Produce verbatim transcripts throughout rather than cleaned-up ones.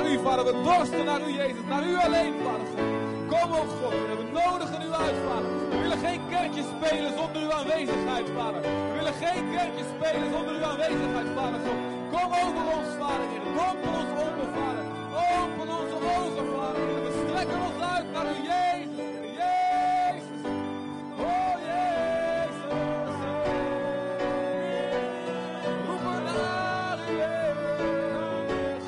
naar u, Vader. We dorsten naar u, Jezus. Naar u alleen, Vader God. Kom, o God. We nodigen u uit, Vader. We willen geen kerkje spelen zonder uw aanwezigheid, Vader. We willen geen kerkje spelen zonder uw aanwezigheid, Vader God. Kom over ons, Vader, Heer. Dompel ons open, Vader. Open onze ogen, Vader, Heer. We strekken ons uit naar u, Jezus. Jezus. Oh, Jezus. Roepen naar u, Heer.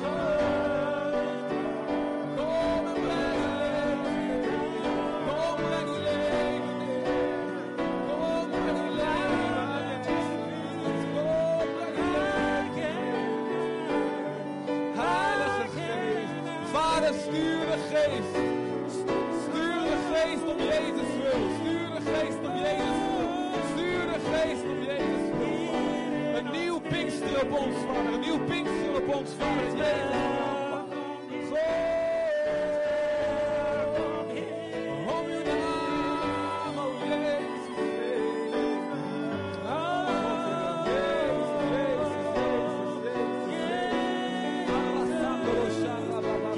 Kom en breng leven. Kom breng leven, Heer. Kom breng leven. Kom breng leven. Heilige Geest. Vader, stuur de Geest. Stuur de Geest om Jezus wil. Stuur de Geest om Jezus wil. Stuur de Geest om Jezus wil, Vader. Een nieuw Pinkster op ons, Vader. Een nieuw Pinkster op ons, Vader. In Jezus' naam, Vader. Om uw naam, o Jezus. Ah, Jezus, Jezus, Jezus, Jezus. Arrasandolo, sharababa,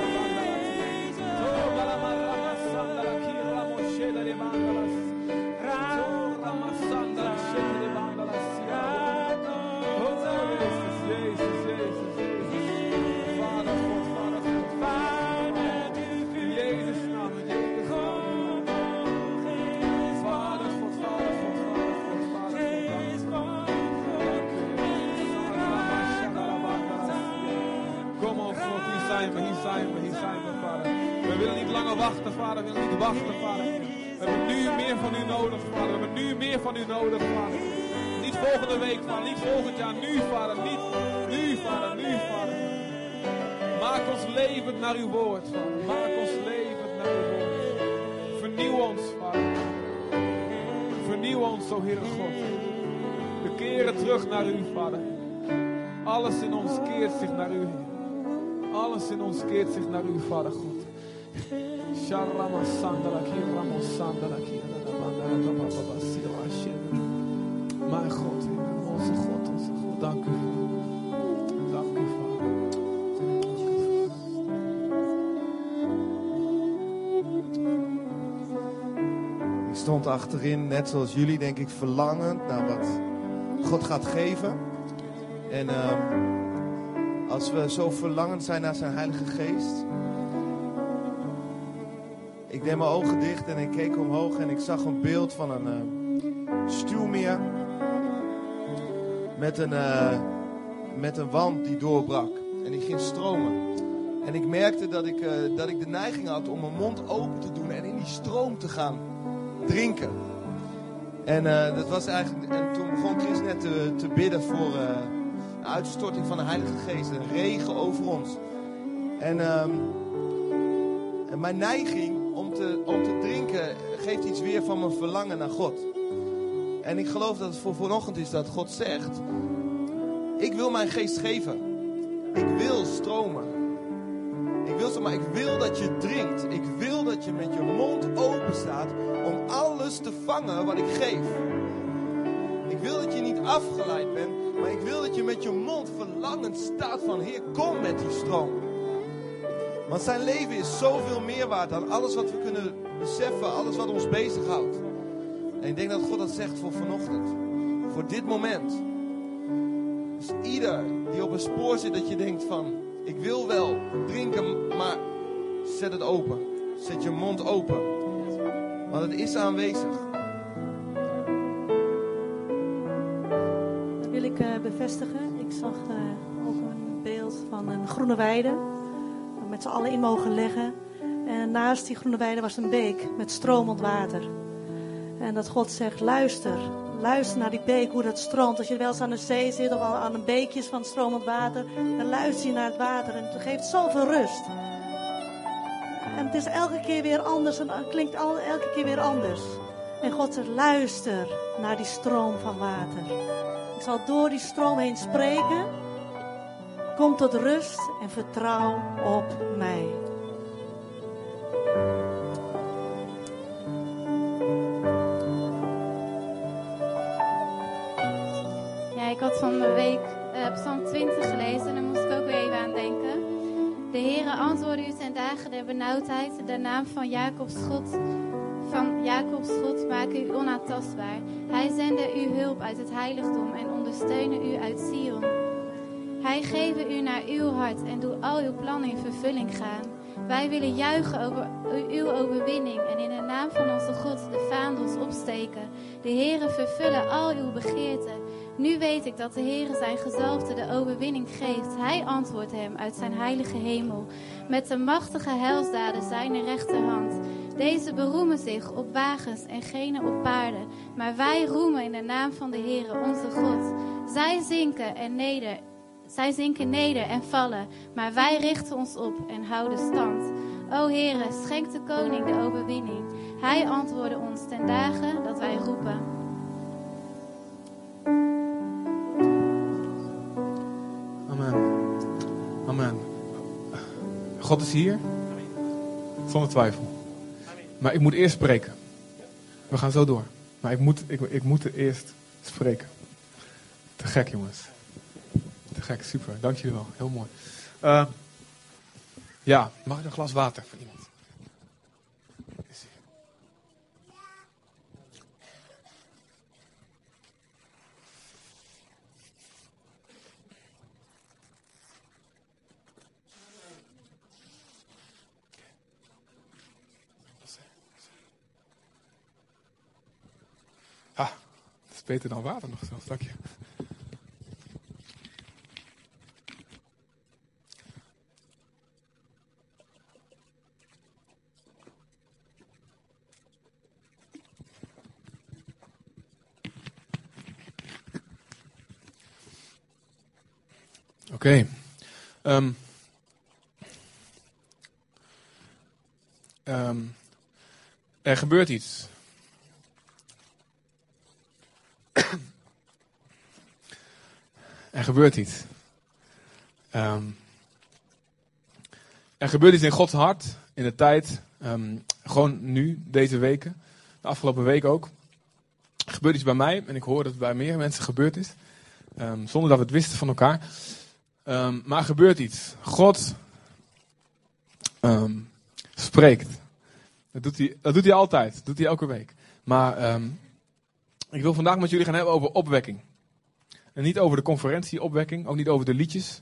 Hier zijn we, hier zijn we, Vader. We willen niet langer wachten, Vader. We willen niet wachten, Vader. We hebben nu meer van u nodig, Vader. We hebben nu meer van u nodig, Vader. Niet volgende week, Vader. Niet volgend jaar. Nu, Vader. Niet nu, Vader. Nu, Vader. Maak ons levend naar uw woord, Vader. Maak ons levend naar uw woord. Vernieuw ons, Vader. Vernieuw ons, o Heere God. We keren terug naar u, Vader. Alles in ons keert zich naar u, Heer. Alles in ons keert zich naar u, Vader God. Mijn God, onze God, onze God. Dank u, Vader. Dank u, Vader. Ik stond achterin, net zoals jullie, denk ik, verlangend naar wat God gaat geven. En uh, als we zo verlangend zijn naar zijn Heilige Geest. Ik deed mijn ogen dicht en ik keek omhoog en ik zag een beeld van een uh, stuwmeer. Met een, uh, met een wand die doorbrak en die ging stromen. En ik merkte dat ik, uh, dat ik de neiging had om mijn mond open te doen en in die stroom te gaan drinken. En uh, dat was eigenlijk, en toen begon Chris net te, te bidden voor uh, een uitstorting van de Heilige Geest, een regen over ons. En, uh, en mijn neiging om te, om te drinken geeft iets weer van mijn verlangen naar God. En ik geloof dat het voor vanochtend is dat God zegt, ik wil mijn geest geven. Ik wil stromen. Ik wil, maar ik wil dat je drinkt. Ik wil dat je met je mond open staat om alles te vangen wat ik geef. Ik wil dat je niet afgeleid bent, maar ik wil dat je met je mond verlangend staat van, Heer, kom met die stroom. Want zijn leven is zoveel meer waard dan alles wat we kunnen beseffen, alles wat ons bezighoudt. En ik denk dat God dat zegt voor vanochtend. Voor dit moment. Dus ieder die op een spoor zit dat je denkt van, ik wil wel drinken, maar zet het open. Zet je mond open. Want het is aanwezig. Dat wil ik uh, bevestigen. Ik zag uh, ook een beeld van een groene weide. Waar we met z'n allen in mogen leggen. En naast die groene weide was een beek met stromend water. En dat God zegt, luister. Luister naar die beek, hoe dat stroomt. Als je wel eens aan de zee zit of aan een beekjes van stromend water, dan luister je naar het water en het geeft zoveel rust. En het is elke keer weer anders en het klinkt al, elke keer weer anders. En God zegt, luister naar die stroom van water. Ik zal door die stroom heen spreken. Kom tot rust en vertrouw op mij. Ik had van de week uh, Psalm twintig gelezen en daar moest ik ook weer even aan denken. De Heer Heere, antwoordde u ten dagen der benauwdheid. De naam van Jacobs God, van Jacobs God maak u onaantastbaar. Hij zende u hulp uit het heiligdom en ondersteunde u uit Sion. Hij geeft u naar uw hart en doet al uw plannen in vervulling gaan. Wij willen juichen over uw overwinning en in de naam van onze God de vaandels opsteken. De Heere vervullen al uw begeerten. Nu weet ik dat de Heere zijn gezalfde de overwinning geeft. Hij antwoordt hem uit zijn heilige hemel. Met de machtige heilsdaden zijn rechterhand. Deze beroemen zich op wagens en gene op paarden. Maar wij roemen in de naam van de Heere onze God. Zij zinken en neder. Zij zinken neder en vallen, maar wij richten ons op en houden stand. O Heere, schenk de koning de overwinning. Hij antwoordde ons ten dagen dat wij roepen. Amen. Amen. God is hier, zonder twijfel. Maar ik moet eerst spreken. We gaan zo door. Maar ik moet, ik, ik moet eerst spreken. Te gek, jongens. Te gek, super. Dank jullie wel. Heel mooi. Uh, ja, mag ik een glas water voor iemand? Ah, dat is beter dan water nog zelfs. Dank je. Oké. Okay. Um, um, er gebeurt iets. er gebeurt iets. Um, er gebeurt iets in Gods hart, in de tijd, um, gewoon nu, deze weken, de afgelopen week ook. Er gebeurt iets bij mij en ik hoor dat het bij meer mensen gebeurd is, um, zonder dat we het wisten van elkaar. Um, maar er gebeurt iets. God um, spreekt. Dat doet, hij, dat doet hij altijd. Dat doet hij elke week. Maar um, ik wil vandaag met jullie gaan hebben over opwekking. En niet over de conferentie opwekking. Ook niet over de liedjes.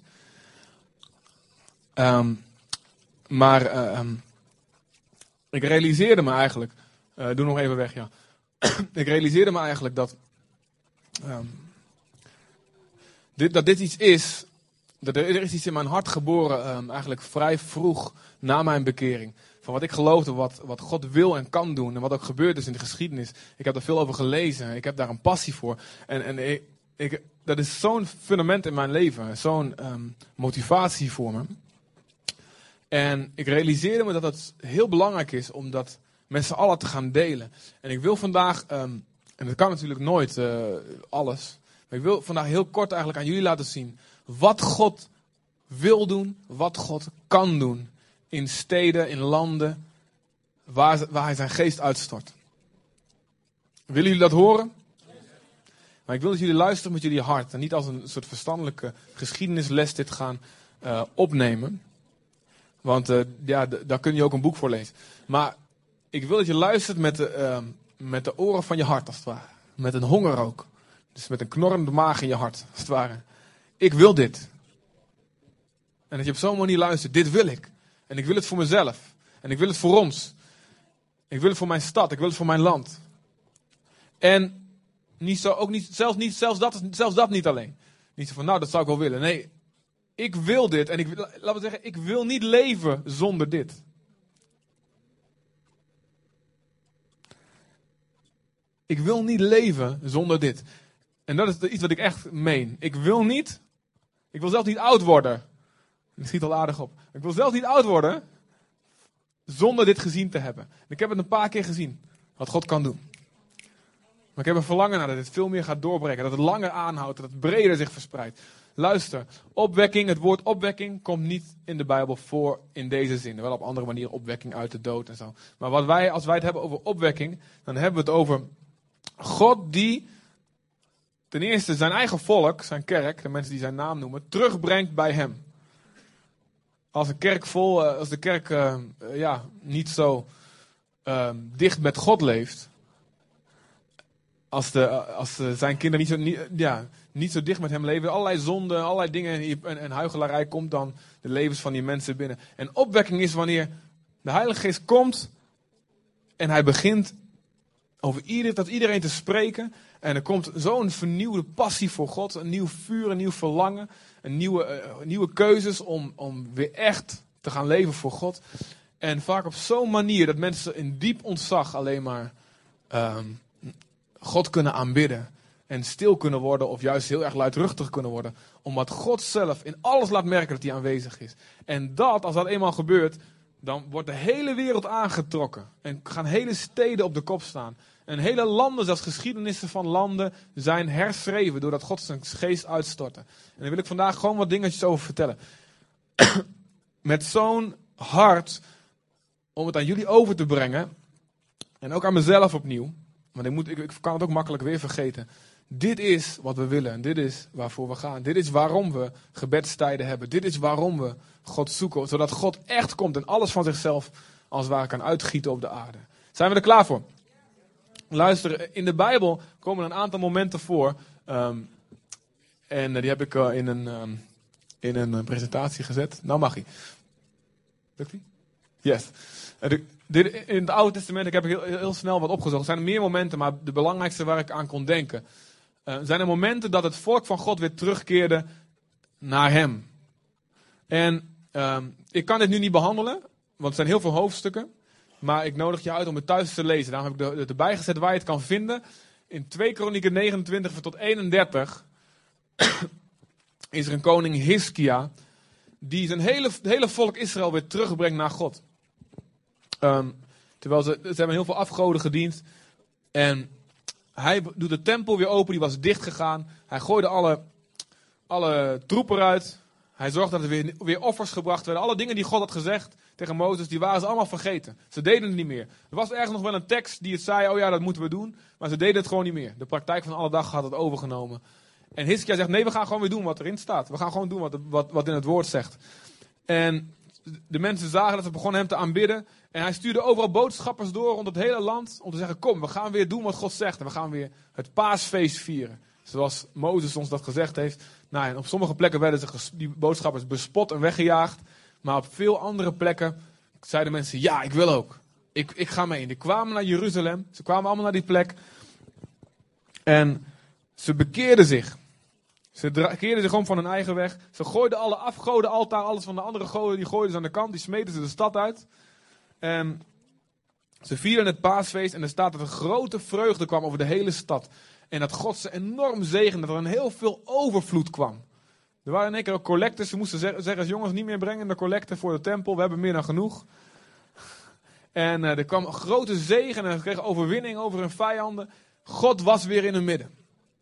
Um, maar uh, um, ik realiseerde me eigenlijk. Uh, doe nog even weg, ja. ik realiseerde me eigenlijk dat. Um, dit, dat dit iets is. Er is iets in mijn hart geboren, um, eigenlijk vrij vroeg na mijn bekering. Van wat ik geloofde, wat, wat God wil en kan doen. En wat ook gebeurd is in de geschiedenis. Ik heb daar veel over gelezen. Ik heb daar een passie voor. En, en ik, ik, dat is zo'n fundament in mijn leven. Zo'n um, motivatie voor me. En ik realiseerde me dat het heel belangrijk is om dat met z'n allen te gaan delen. En ik wil vandaag, um, en dat kan natuurlijk nooit uh, alles. Maar ik wil vandaag heel kort eigenlijk aan jullie laten zien. Wat God wil doen, wat God kan doen in steden, in landen, waar, waar hij zijn geest uitstort. Willen jullie dat horen? Maar ik wil dat jullie luisteren met jullie hart en niet als een soort verstandelijke geschiedenisles dit gaan uh, opnemen. Want uh, ja, d- daar kun je ook een boek voor lezen. Maar ik wil dat je luistert met de, uh, met de oren van je hart als het ware. Met een honger ook. Dus met een knorrende maag in je hart als het ware. Ik wil dit. En dat je op zo'n manier luistert, dit wil ik. En ik wil het voor mezelf. En ik wil het voor ons. Ik wil het voor mijn stad, ik wil het voor mijn land. En niet zo, ook niet, zelfs, niet, zelfs, dat, zelfs dat niet alleen. Niet zo van, nou dat zou ik wel willen. Nee, ik wil dit. En ik, laten we zeggen, ik wil niet leven zonder dit. Ik wil niet leven zonder dit. En dat is iets wat ik echt meen. Ik wil niet, ik wil zelfs niet oud worden. Ik schiet al aardig op. Ik wil zelfs niet oud worden zonder dit gezien te hebben. En ik heb het een paar keer gezien, wat God kan doen. Maar ik heb een verlangen naar dat het veel meer gaat doorbreken. Dat het langer aanhoudt, dat het breder zich verspreidt. Luister, opwekking, het woord opwekking komt niet in de Bijbel voor in deze zin. Wel op andere manieren opwekking uit de dood en zo. Maar wat wij, als wij het hebben over opwekking, dan hebben we het over God die ten eerste zijn eigen volk, zijn kerk, de mensen die zijn naam noemen, terugbrengt bij hem. als een kerk vol, uh, als de kerk uh, uh, ja, niet zo uh, dicht met God leeft, als, de, uh, als uh, zijn kinderen niet zo, niet, uh, ja, niet zo dicht met hem leven, allerlei zonden, allerlei dingen en, en huichelarij komt dan de levens van die mensen binnen. En opwekking is wanneer de Heilige Geest komt en hij begint over ieder, tot iedereen te spreken. En er komt zo'n vernieuwde passie voor God, een nieuw vuur, een nieuw verlangen, een nieuwe, uh, nieuwe keuzes om, om weer echt te gaan leven voor God. En vaak op zo'n manier dat mensen in diep ontzag alleen maar um, God kunnen aanbidden. En stil kunnen worden of juist heel erg luidruchtig kunnen worden. Omdat God zelf in alles laat merken dat hij aanwezig is. En dat, als dat eenmaal gebeurt, dan wordt de hele wereld aangetrokken. En gaan hele steden op de kop staan. En hele landen, zelfs geschiedenissen van landen, zijn herschreven doordat God zijn geest uitstortte. En daar wil ik vandaag gewoon wat dingetjes over vertellen. Met zo'n hart om het aan jullie over te brengen. En ook aan mezelf opnieuw. Want ik, moet, ik, ik kan het ook makkelijk weer vergeten. Dit is wat we willen en dit is waarvoor we gaan. Dit is waarom we gebedstijden hebben. Dit is waarom we God zoeken. Zodat God echt komt en alles van zichzelf als het ware kan uitgieten op de aarde. Zijn we er klaar voor? Luister, in de Bijbel komen een aantal momenten voor. Um, en die heb ik uh, in, een, um, in een presentatie gezet. Nou mag hij. Lukt hij? Yes. Uh, de, de, in het Oude Testament, ik heb heel, heel snel wat opgezocht. Er zijn er meer momenten, maar de belangrijkste waar ik aan kon denken. Uh, zijn er momenten dat het volk van God weer terugkeerde naar hem. En um, ik kan dit nu niet behandelen, want er zijn heel veel hoofdstukken. Maar ik nodig je uit om het thuis te lezen. Daarom heb ik het erbij gezet waar je het kan vinden. In twee Kronieken negenentwintig tot eenendertig is er een koning Hiskia. Die zijn hele, hele volk Israël weer terugbrengt naar God. Um, terwijl ze, ze hebben heel veel afgoden gediend. En hij doet de tempel weer open, die was dicht gegaan. Hij gooide alle, alle troepen eruit. Hij zorgde dat er weer, weer offers gebracht werden. Alle dingen die God had gezegd tegen Mozes, die waren ze allemaal vergeten. Ze deden het niet meer. Er was ergens nog wel een tekst die het zei, oh ja, dat moeten we doen. Maar ze deden het gewoon niet meer. De praktijk van alle dag had het overgenomen. En Hiskia zegt, nee, we gaan gewoon weer doen wat erin staat. We gaan gewoon doen wat, wat, wat in het woord zegt. En de mensen zagen dat ze begonnen hem te aanbidden. En hij stuurde overal boodschappers door rond het hele land. Om te zeggen, kom, we gaan weer doen wat God zegt. En we gaan weer het paasfeest vieren. Zoals Mozes ons dat gezegd heeft. Nou, en op sommige plekken werden ze ges- die boodschappers bespot en weggejaagd. Maar op veel andere plekken zeiden mensen, ja, ik wil ook. Ik, ik ga mee. Die kwamen naar Jeruzalem. Ze kwamen allemaal naar die plek. En ze bekeerden zich. Ze dra- keerden zich om van hun eigen weg. Ze gooiden alle afgoden, altaar, alles van de andere goden. Die gooiden ze aan de kant. Die smeten ze de stad uit. En ze vierden het paasfeest. En er staat dat er grote vreugde kwam over de hele stad. En dat God ze enorm zegende. Dat er een heel veel overvloed kwam. Er waren in één keer ook collecten. Ze moesten zeggen, zeggen jongens, niet meer brengen de collecten voor de tempel. We hebben meer dan genoeg. En uh, er kwam een grote zegen. En ze kregen overwinning over hun vijanden. God was weer in hun midden.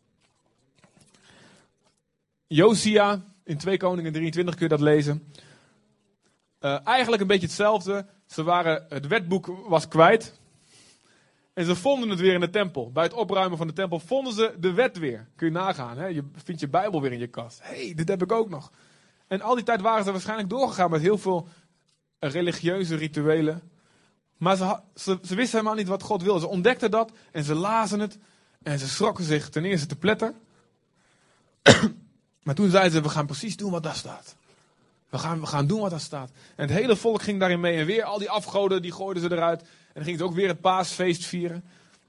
Josia, in twee Koningen drieëntwintig kun je dat lezen. Uh, eigenlijk een beetje hetzelfde. Ze waren, het wetboek was kwijt. En ze vonden het weer in de tempel. Bij het opruimen van de tempel vonden ze de wet weer. Kun je nagaan. Hè? Je vindt je Bijbel weer in je kast. Hé, hey, dit heb ik ook nog. En al die tijd waren ze waarschijnlijk doorgegaan met heel veel religieuze rituelen. Maar ze, ze, ze wisten helemaal niet wat God wilde. Ze ontdekten dat en ze lazen het. En ze schrokken zich ten eerste te pletter. Maar toen zeiden ze, we gaan precies doen wat daar staat. We gaan, we gaan doen wat daar staat. En het hele volk ging daarin mee. En weer al die afgoden, die gooiden ze eruit. En dan gingen ze ook weer het paasfeest vieren.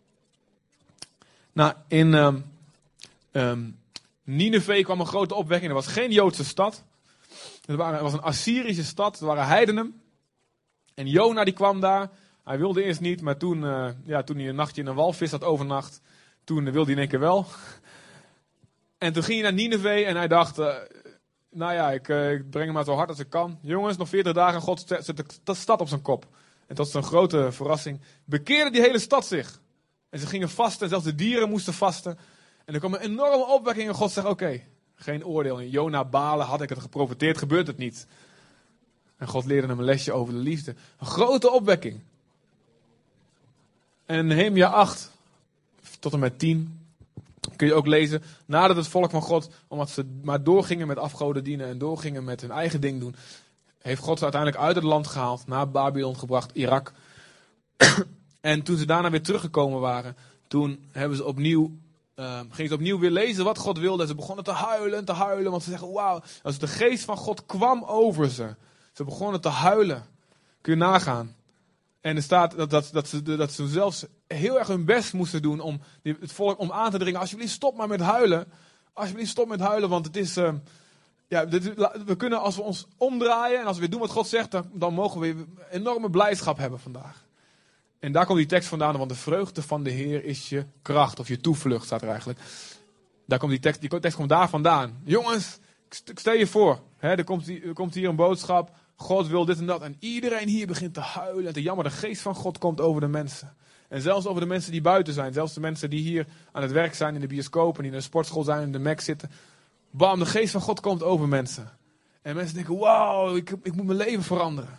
Nou, in um, um, Nineve kwam een grote opwekking. Er was geen Joodse stad. Het was een Assyrische stad. Er waren heidenen. En Jona die kwam daar. Hij wilde eerst niet, maar toen, uh, ja, toen hij een nachtje in een walvis had overnacht. Toen wilde hij in één keer wel. En toen ging hij naar Nineve en hij dacht... Uh, nou ja, ik, uh, ik breng hem maar zo hard als ik kan. Jongens, nog veertig dagen en God zet de stad op zijn kop. En tot zijn grote verrassing bekeerde die hele stad zich. En ze gingen vasten, en zelfs de dieren moesten vasten. En er kwam een enorme opwekking en God zegt, oké, okay, geen oordeel. En Jona balen, had ik het geprofeteerd, gebeurt het niet. En God leerde hem een lesje over de liefde. Een grote opwekking. En in Nehemia acht tot en met tien kun je ook lezen, nadat het volk van God, omdat ze maar doorgingen met afgoden dienen en doorgingen met hun eigen ding doen, heeft God ze uiteindelijk uit het land gehaald, naar Babylon gebracht, Irak. En toen ze daarna weer teruggekomen waren, toen hebben ze opnieuw, uh, gingen ze opnieuw weer lezen wat God wilde. En ze begonnen te huilen en te huilen, want ze zeggen, wauw, als de geest van God kwam over ze. Ze begonnen te huilen. Kun je nagaan. En er staat dat, dat, dat, ze, dat ze zelfs heel erg hun best moesten doen om het volk om aan te dringen. Alsjeblieft, stop maar met huilen. Alsjeblieft, stop met huilen, want het is... Uh, ja, dit, we kunnen, als we ons omdraaien en als we weer doen wat God zegt, dan, dan mogen we enorme blijdschap hebben vandaag. En daar komt die tekst vandaan, want de vreugde van de Heer is je kracht, of je toevlucht staat er eigenlijk. Daar komt die tekst, die tekst komt daar vandaan. Jongens, ik stel je voor, hè, er, komt, er komt hier een boodschap, God wil dit en dat. En iedereen hier begint te huilen en te jammer. De geest van God komt over de mensen. En zelfs over de mensen die buiten zijn. Zelfs de mensen die hier aan het werk zijn, in de bioscoop en die in de sportschool zijn, in de Mac zitten. Bam, de geest van God komt over mensen. En mensen denken, wauw, ik, ik moet mijn leven veranderen.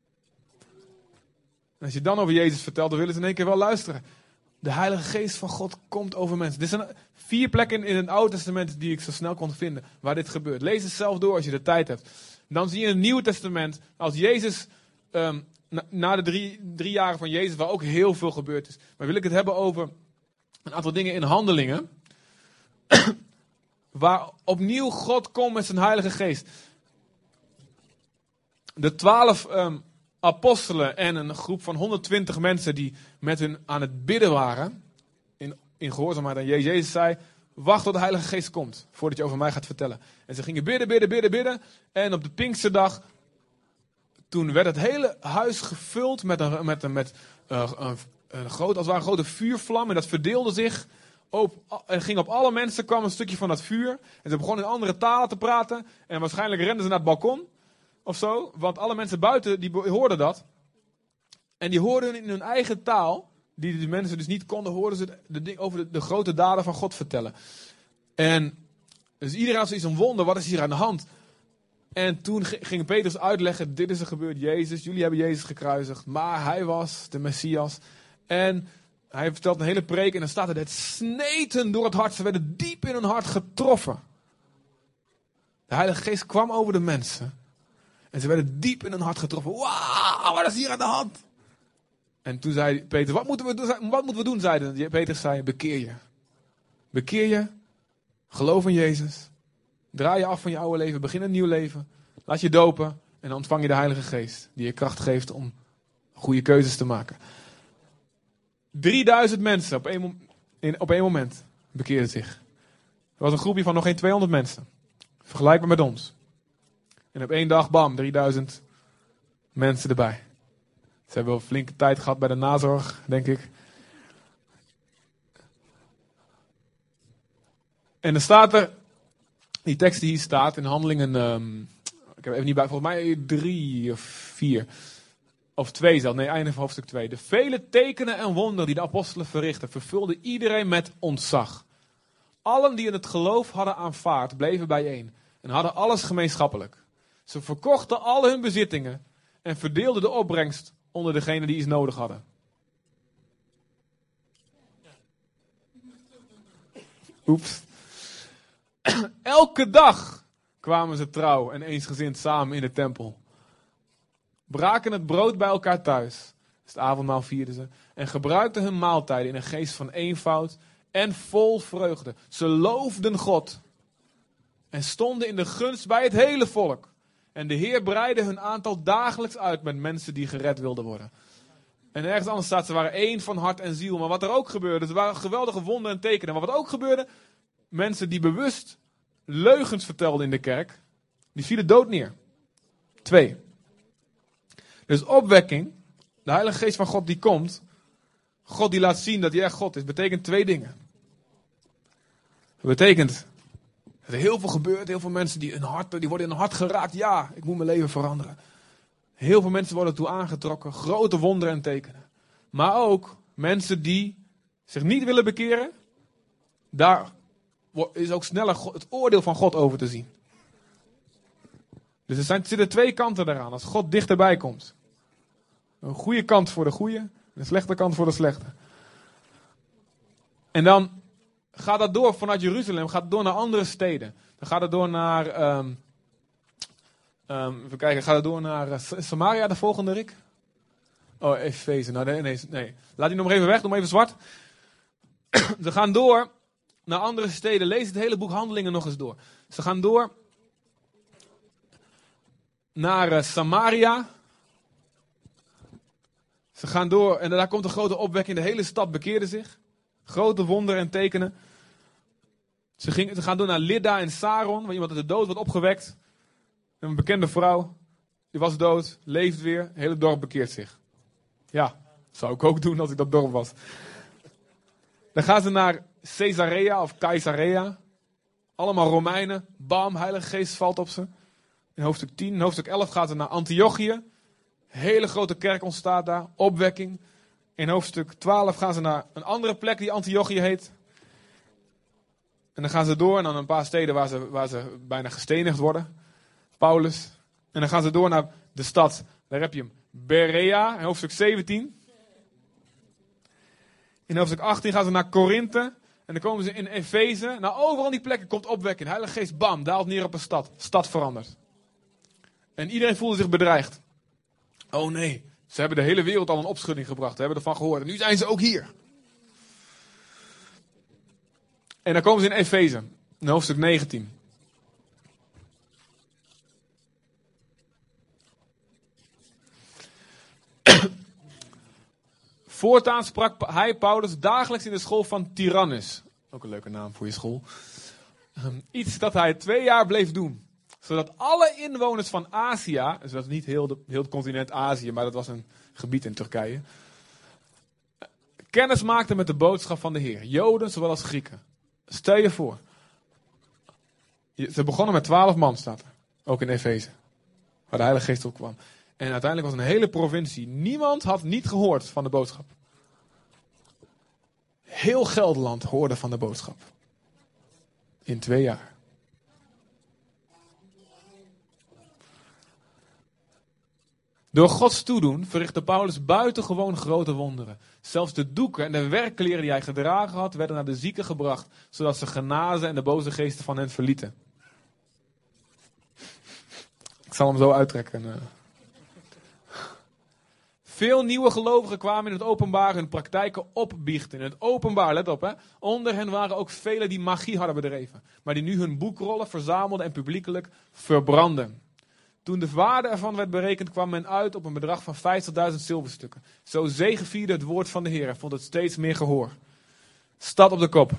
En als je dan over Jezus vertelt, dan willen ze in één keer wel luisteren. De Heilige Geest van God komt over mensen. Dit zijn vier plekken in het Oude Testament die ik zo snel kon vinden waar dit gebeurt. Lees het zelf door als je de tijd hebt. Dan zie je in het Nieuwe Testament, als Jezus, um, na, na de drie, drie jaren van Jezus, waar ook heel veel gebeurd is. Maar wil ik het hebben over een aantal dingen in Handelingen. Waar opnieuw God komt met zijn Heilige Geest. De twaalf um, apostelen en een groep van honderdtwintig mensen die met hun aan het bidden waren. In, in gehoorzaamheid aan Jezus. Jezus zei, wacht tot de Heilige Geest komt, voordat je over mij gaat vertellen. En ze gingen bidden, bidden, bidden, bidden. En op de Pinksterdag, toen werd het hele huis gevuld met een, met een, met een, een, een, groot, als het ware een grote vuurvlam. En dat verdeelde zich. Op, en ging op alle mensen, kwam een stukje van dat vuur. En ze begonnen in andere talen te praten. En waarschijnlijk renden ze naar het balkon. Of zo. Want alle mensen buiten, die hoorden dat. En die hoorden in hun eigen taal, die de mensen dus niet konden, hoorden ze de, de, over de, de grote daden van God vertellen. En dus iedereen had zoiets een wonder, wat is hier aan de hand? En toen ging Petrus uitleggen, dit is er gebeurd, Jezus, jullie hebben Jezus gekruisigd, maar hij was de Messias. En hij vertelt een hele preek en dan staat er, het sneten door het hart, ze werden diep in hun hart getroffen. De Heilige Geest kwam over de mensen. En ze werden diep in hun hart getroffen. Wauw, wat is hier aan de hand? En toen zei Peter, wat moeten we doen? Wat moeten we doen? Zeiden Petrus zei, bekeer je. Bekeer je. Geloof in Jezus. Draai je af van je oude leven. Begin een nieuw leven. Laat je dopen. En dan ontvang je de Heilige Geest. Die je kracht geeft om goede keuzes te maken. drieduizend mensen op één, in, op één moment bekeerden zich. Er was een groepje van nog geen tweehonderd mensen. Vergelijkbaar met ons. En op één dag, bam, drieduizend mensen erbij. Ze hebben wel een flinke tijd gehad bij de nazorg, denk ik. En er staat er, die tekst die hier staat in Handelingen, um, ik heb even niet bij, volgens mij drie of vier. Of twee zelfs, nee, einde van hoofdstuk twee. De vele tekenen en wonderen die de apostelen verrichtten, vervulden iedereen met ontzag. Allen die in het geloof hadden aanvaard, bleven bijeen en hadden alles gemeenschappelijk. Ze verkochten al hun bezittingen en verdeelden de opbrengst onder degenen die iets nodig hadden. Oeps. Elke dag kwamen ze trouw en eensgezind samen in de tempel. Braken het brood bij elkaar thuis. Dus het avondmaal vierden ze. En gebruikten hun maaltijden in een geest van eenvoud en vol vreugde. Ze loofden God. En stonden in de gunst bij het hele volk. En de Heer breidde hun aantal dagelijks uit met mensen die gered wilden worden. En ergens anders staat, ze waren één van hart en ziel. Maar wat er ook gebeurde, er waren geweldige wonderen en tekenen. Maar wat ook gebeurde, mensen die bewust leugens vertelden in de kerk, die vielen dood neer. Twee. Dus opwekking, de Heilige Geest van God die komt, God die laat zien dat hij echt God is, betekent twee dingen. Dat betekent dat er heel veel gebeurt, heel veel mensen die, hun hart, die worden in hun hart geraakt. Ja, ik moet mijn leven veranderen. Heel veel mensen worden ertoe aangetrokken, grote wonderen en tekenen. Maar ook mensen die zich niet willen bekeren, daar is ook sneller het oordeel van God over te zien. Dus er, zijn, er zitten twee kanten daaraan, als God dichterbij komt. Een goede kant voor de goede, en een slechte kant voor de slechte. En dan gaat dat door vanuit Jeruzalem, gaat het door naar andere steden. Dan gaat het door naar, um, Um, even kijken, ga door naar uh, Samaria, de volgende, Rick. Oh, Efeze. Nou, nee, nee, nee. Laat die nog maar even weg, doe maar even zwart. Ze gaan door naar andere steden. Lees het hele boek Handelingen nog eens door. Ze gaan door naar uh, Samaria. Ze gaan door en daar komt een grote opwekking. De hele stad bekeerde zich. Grote wonderen en tekenen. Ze, ging, ze gaan door naar Lydda en Saron, waar iemand uit de dood wordt opgewekt. Een bekende vrouw. Die was dood, leeft weer. Het hele dorp bekeert zich. Ja, zou ik ook doen als ik dat dorp was. Dan gaan ze naar Caesarea of Caesarea. Allemaal Romeinen. Bam, Heilige Geest valt op ze. In hoofdstuk tien. In hoofdstuk elf gaan ze naar Antiochië. Hele grote kerk ontstaat daar. Opwekking. In hoofdstuk twaalf gaan ze naar een andere plek die Antiochië heet. En dan gaan ze door naar een paar steden waar ze, waar ze bijna gestenigd worden. Paulus. En dan gaan ze door naar de stad. Daar heb je hem. Berea. In hoofdstuk zeventien. In hoofdstuk achttien gaan ze naar Korinthe. En dan komen ze in Efeze. Nou, overal die plekken komt opwekking. Heilige Geest, bam, daalt neer op een stad. Stad verandert. En iedereen voelde zich bedreigd. Oh nee, ze hebben de hele wereld al een opschudding gebracht. We hebben ervan gehoord. En nu zijn ze ook hier. En dan komen ze in Efeze. In hoofdstuk negentien. Voortaan sprak hij, Paulus, dagelijks in de school van Tyrannus. Ook een leuke naam voor je school. Um, iets dat hij twee jaar bleef doen. Zodat alle inwoners van Azië, dus dat is niet heel, de, heel het continent Azië, maar dat was een gebied in Turkije, kennis maakten met de boodschap van de Heer. Joden zowel als Grieken. Stel je voor. Ze begonnen met twaalf man, staat er. Ook in Efeze. Waar de Heilige Geest op kwam. En uiteindelijk was een hele provincie. Niemand had niet gehoord van de boodschap. Heel Gelderland hoorde van de boodschap. In twee jaar. Door Gods toedoen verrichtte Paulus buitengewoon grote wonderen. Zelfs de doeken en de werkkleren die hij gedragen had, werden naar de zieken gebracht, zodat ze genazen en de boze geesten van hen verlieten. Ik zal hem zo uittrekken. Uh. Veel nieuwe gelovigen kwamen in het openbaar hun praktijken opbiechten. In het openbaar, let op hè. Onder hen waren ook velen die magie hadden bedreven. Maar die nu hun boekrollen verzamelden en publiekelijk verbrandden. Toen de waarde ervan werd berekend, kwam men uit op een bedrag van vijftigduizend zilverstukken. Zo zegevierde het woord van de Heer en vond het steeds meer gehoor. Stad op de kop.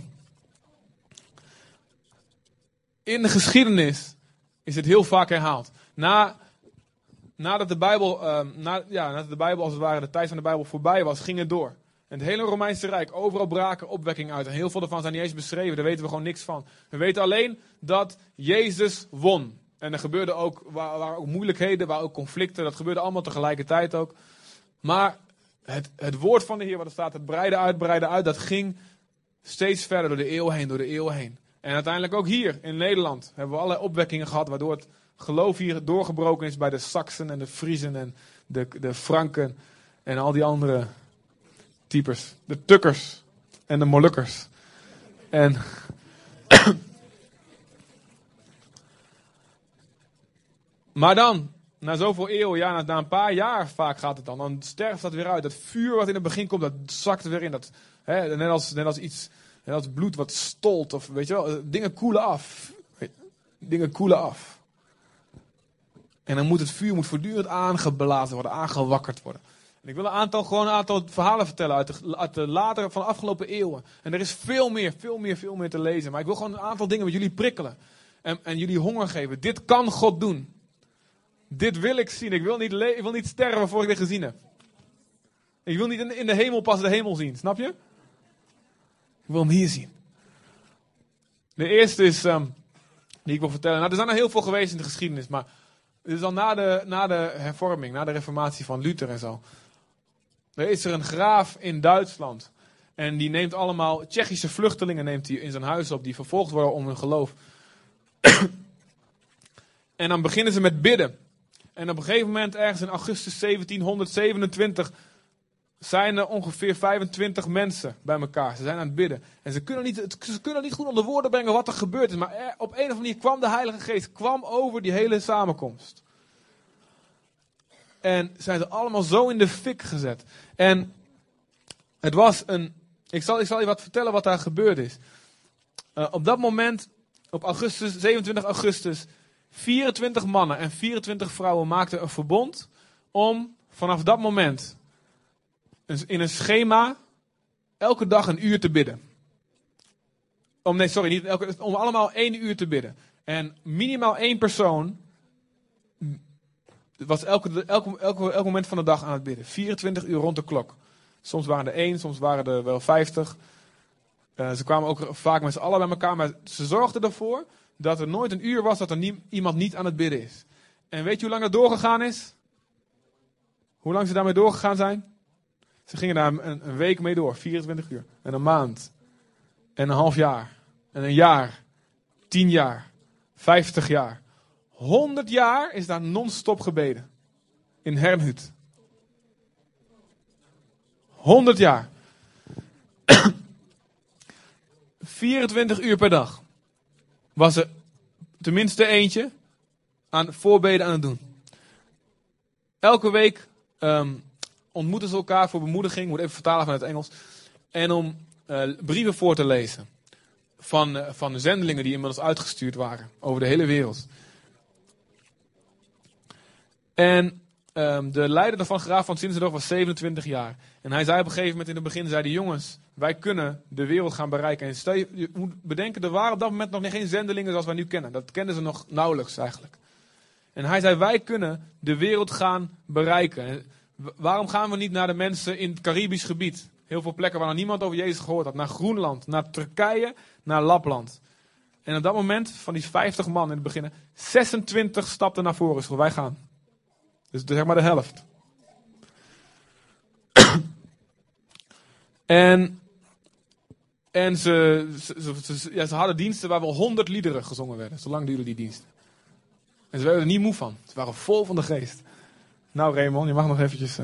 In de geschiedenis is het heel vaak herhaald. Na... Nadat de Bijbel, uh, na, ja, nadat de Bijbel als het ware de tijd van de Bijbel voorbij was, ging het door. En het hele Romeinse Rijk, overal braken opwekking uit. En heel veel daarvan zijn niet eens beschreven, daar weten we gewoon niks van. We weten alleen dat Jezus won. En er gebeurde ook, waar, waar ook moeilijkheden, waar ook conflicten, dat gebeurde allemaal tegelijkertijd ook. Maar het, het woord van de Heer, wat er staat, het breide uit, breide uit, dat ging steeds verder door de eeuw heen, door de eeuw heen. En uiteindelijk ook hier in Nederland hebben we allerlei opwekkingen gehad, waardoor het geloof hier doorgebroken is bij de Saksen en de Friezen en de, de Franken en al die andere types. De Tukkers en de Molukkers. En maar dan, na zoveel eeuwen, ja, na, na een paar jaar vaak gaat het dan, dan sterft dat weer uit. Dat vuur wat in het begin komt, dat zakt weer in. Dat, hè, net, als, net als iets, net als bloed wat stolt, of weet je wel, dingen koelen af. Dingen koelen af. En dan moet het vuur moet voortdurend aangeblazen worden, aangewakkerd worden. En ik wil een aantal, gewoon een aantal verhalen vertellen uit de, uit de latere, van de afgelopen eeuwen. En er is veel meer, veel meer, veel meer te lezen. Maar ik wil gewoon een aantal dingen met jullie prikkelen. En, en jullie honger geven. Dit kan God doen. Dit wil ik zien. Ik wil niet, le- ik wil niet sterven voor ik dit gezien heb. Ik wil niet in, in de hemel pas de hemel zien. Snap je? Ik wil hem hier zien. De eerste is, um, die ik wil vertellen. Nou, er zijn er heel veel geweest in de geschiedenis, maar het is al na de, na de hervorming, na de reformatie van Luther en zo. Er is er een graaf in Duitsland. En die neemt allemaal Tsjechische vluchtelingen neemt hij in zijn huis op, die vervolgd worden om hun geloof. En dan beginnen ze met bidden. En op een gegeven moment, ergens in augustus zeventienhonderdzevenentwintig, zijn er ongeveer vijfentwintig mensen bij elkaar. Ze zijn aan het bidden. En ze kunnen niet, ze kunnen niet goed onder woorden brengen wat er gebeurd is. Maar er, op een of andere manier kwam de Heilige Geest kwam over die hele samenkomst. En zijn ze allemaal zo in de fik gezet. En het was een... Ik zal, ik zal je wat vertellen wat daar gebeurd is. Uh, op dat moment, op augustus, zevenentwintig augustus, vierentwintig mannen en vierentwintig vrouwen maakten een verbond om vanaf dat moment in een schema elke dag een uur te bidden. Om, nee, sorry, niet elke, om allemaal één uur te bidden. En minimaal één persoon was elke, elke, elke, elk moment van de dag aan het bidden. vierentwintig uur rond de klok. Soms waren er één, soms waren er wel vijftig. Uh, ze kwamen ook vaak met z'n allen bij elkaar. Maar ze zorgden ervoor dat er nooit een uur was dat er nie, iemand niet aan het bidden is. En weet je hoe lang dat doorgegaan is? Hoe lang ze daarmee doorgegaan zijn? Ze gingen daar een, een week mee door. vierentwintig uur. En een maand. En een half jaar. En een jaar. Tien jaar. Vijftig jaar. Honderd jaar is daar non-stop gebeden. In Herrnhut. Honderd jaar. vierentwintig uur per dag. Was er tenminste eentje aan voorbeden aan het doen. Elke week um, ontmoeten ze elkaar voor bemoediging. Ik moet even vertalen vanuit het Engels. En om uh, brieven voor te lezen. Van, uh, van de zendelingen die inmiddels uitgestuurd waren. Over de hele wereld. En um, de leider daarvan, Graaf van Zinzendorf, was zevenentwintig jaar. En hij zei op een gegeven moment in het begin, zei de jongens, wij kunnen de wereld gaan bereiken. En stel je, je moet bedenken, er waren op dat moment nog geen zendelingen zoals wij nu kennen. Dat kenden ze nog nauwelijks eigenlijk. En hij zei, wij kunnen de wereld gaan bereiken. En waarom gaan we niet naar de mensen in het Caribisch gebied? Heel veel plekken waar nog niemand over Jezus gehoord had. Naar Groenland, naar Turkije, naar Lapland. En op dat moment, van die vijftig man in het begin, zesentwintig stapten naar voren. Dus wij gaan. Dus zeg maar de helft. en en ze, ze, ze, ja, ze hadden diensten waar wel honderd liederen gezongen werden. Zolang duurden die diensten. En ze werden er niet moe van. Ze waren vol van de geest. Nou Raymond, je mag nog eventjes... Uh...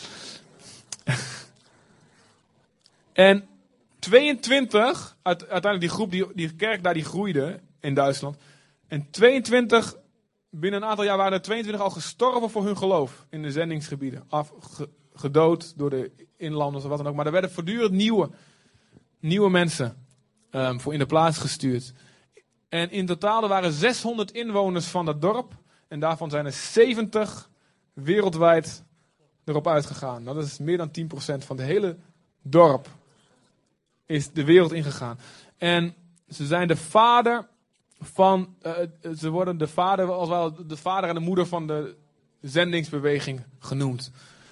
en tweeëntwintig, uiteindelijk die groep, die, die kerk daar, die groeide in Duitsland. En tweeëntwintig... Binnen een aantal jaar waren er tweeëntwintig al gestorven voor hun geloof in de zendingsgebieden. Af, ge, gedood door de inlanders of wat dan ook. Maar er werden voortdurend nieuwe, nieuwe mensen um, voor in de plaats gestuurd. En in totaal er waren zeshonderd inwoners van dat dorp. En daarvan zijn er zeventig wereldwijd erop uitgegaan. Dat is meer dan tien procent van het hele dorp is de wereld ingegaan. En ze zijn de vader... Van, uh, ze worden de vader, als wel de vader en de moeder van de zendingsbeweging genoemd.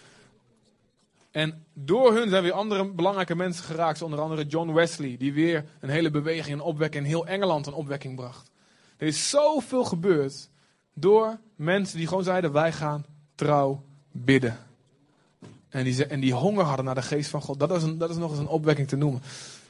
En door hun zijn weer andere belangrijke mensen geraakt. Onder andere John Wesley, die weer een hele beweging en opwekking in heel Engeland een opwekking bracht. Er is zoveel gebeurd door mensen die gewoon zeiden, wij gaan trouw bidden. En die, en die honger hadden naar de geest van God. Dat is, een, dat is nog eens een opwekking te noemen.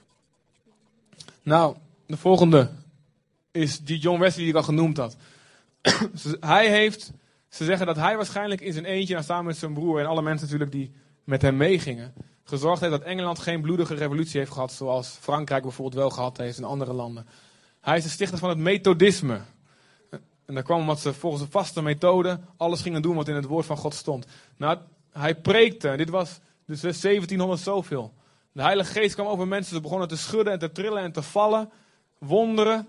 Nou, de volgende is die John Wesley die ik al genoemd had. Hij heeft, ze zeggen dat hij waarschijnlijk in zijn eentje, nou, samen met zijn broer en alle mensen natuurlijk die met hem meegingen, gezorgd heeft dat Engeland geen bloedige revolutie heeft gehad, zoals Frankrijk bijvoorbeeld wel gehad heeft in andere landen. Hij is de stichter van het methodisme. En dat kwam omdat ze volgens een vaste methode alles gingen doen wat in het woord van God stond. Nou, hij preekte, dit was dus zeventienhonderd zoveel. De Heilige Geest kwam over mensen, ze begonnen te schudden en te trillen en te vallen. Wonderen.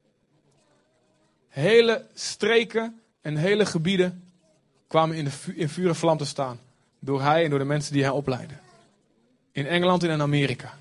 Hele streken en hele gebieden kwamen in, de vu- in vuur en vlam te staan. Door hij en door de mensen die hij opleidde. In Engeland en in Amerika.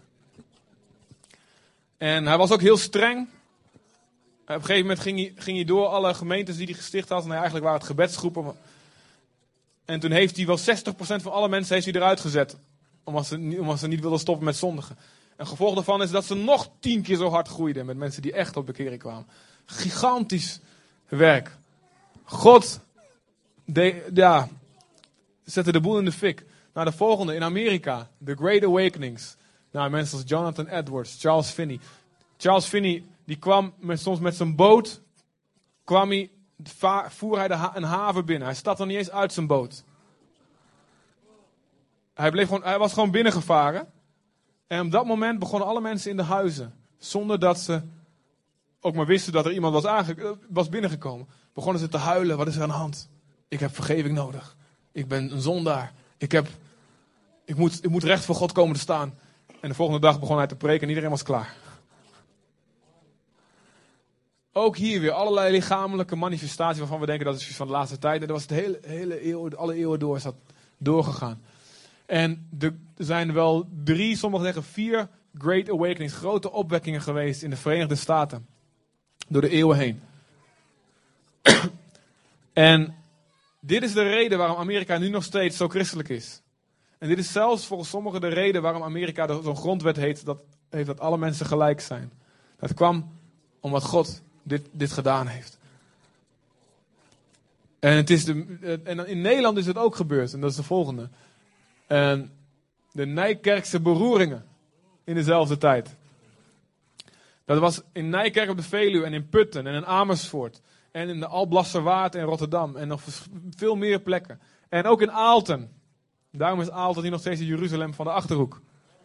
En hij was ook heel streng. Op een gegeven moment ging hij, ging hij door alle gemeentes die hij gesticht had. En eigenlijk waren het gebedsgroepen. En toen heeft hij wel zestig procent van alle mensen heeft hij eruit gezet. Omdat ze, omdat ze niet wilden stoppen met zondigen. En gevolg daarvan is dat ze nog tien keer zo hard groeiden. Met mensen die echt op bekering kwamen. Gigantisch werk. God de, ja, zette de boel in de fik. Nou, de volgende in Amerika. The Great Awakenings. Nou, mensen als Jonathan Edwards, Charles Finney. Charles Finney, die kwam met, soms met zijn boot. Kwam hij, va, voer hij de ha, een haven binnen. Hij stapte nog niet eens uit zijn boot. Hij, bleef gewoon, hij was gewoon binnengevaren. En op dat moment begonnen alle mensen in de huizen. Zonder dat ze ook maar wisten dat er iemand was, aange- was binnengekomen. Begonnen ze te huilen. Wat is er aan de hand? Ik heb vergeving nodig. Ik ben een zondaar. Ik, heb, ik, moet, ik moet recht voor God komen te staan. En de volgende dag begon hij te preken en iedereen was klaar. Ook hier weer allerlei lichamelijke manifestaties waarvan we denken dat is van de laatste tijd. En dat was het hele, hele eeuw, alle eeuwen door is dat doorgegaan. En de, er zijn wel drie, sommigen zeggen vier Great Awakenings, grote opwekkingen geweest in de Verenigde Staten. Door de eeuwen heen. En dit is de reden waarom Amerika nu nog steeds zo christelijk is. En dit is zelfs volgens sommigen de reden waarom Amerika zo'n grondwet heeft dat, heeft dat alle mensen gelijk zijn. Dat kwam omdat God dit, dit gedaan heeft. En, het is de, en in Nederland is het ook gebeurd. En dat is de volgende. En de Nijkerkse beroeringen in dezelfde tijd. Dat was in Nijkerk op de Veluwe en in Putten en in Amersfoort. En in de Alblasserwaard in Rotterdam. En nog veel meer plekken. En ook in Aalten. Daarom is Aalten hier nog steeds in Jeruzalem van de Achterhoek.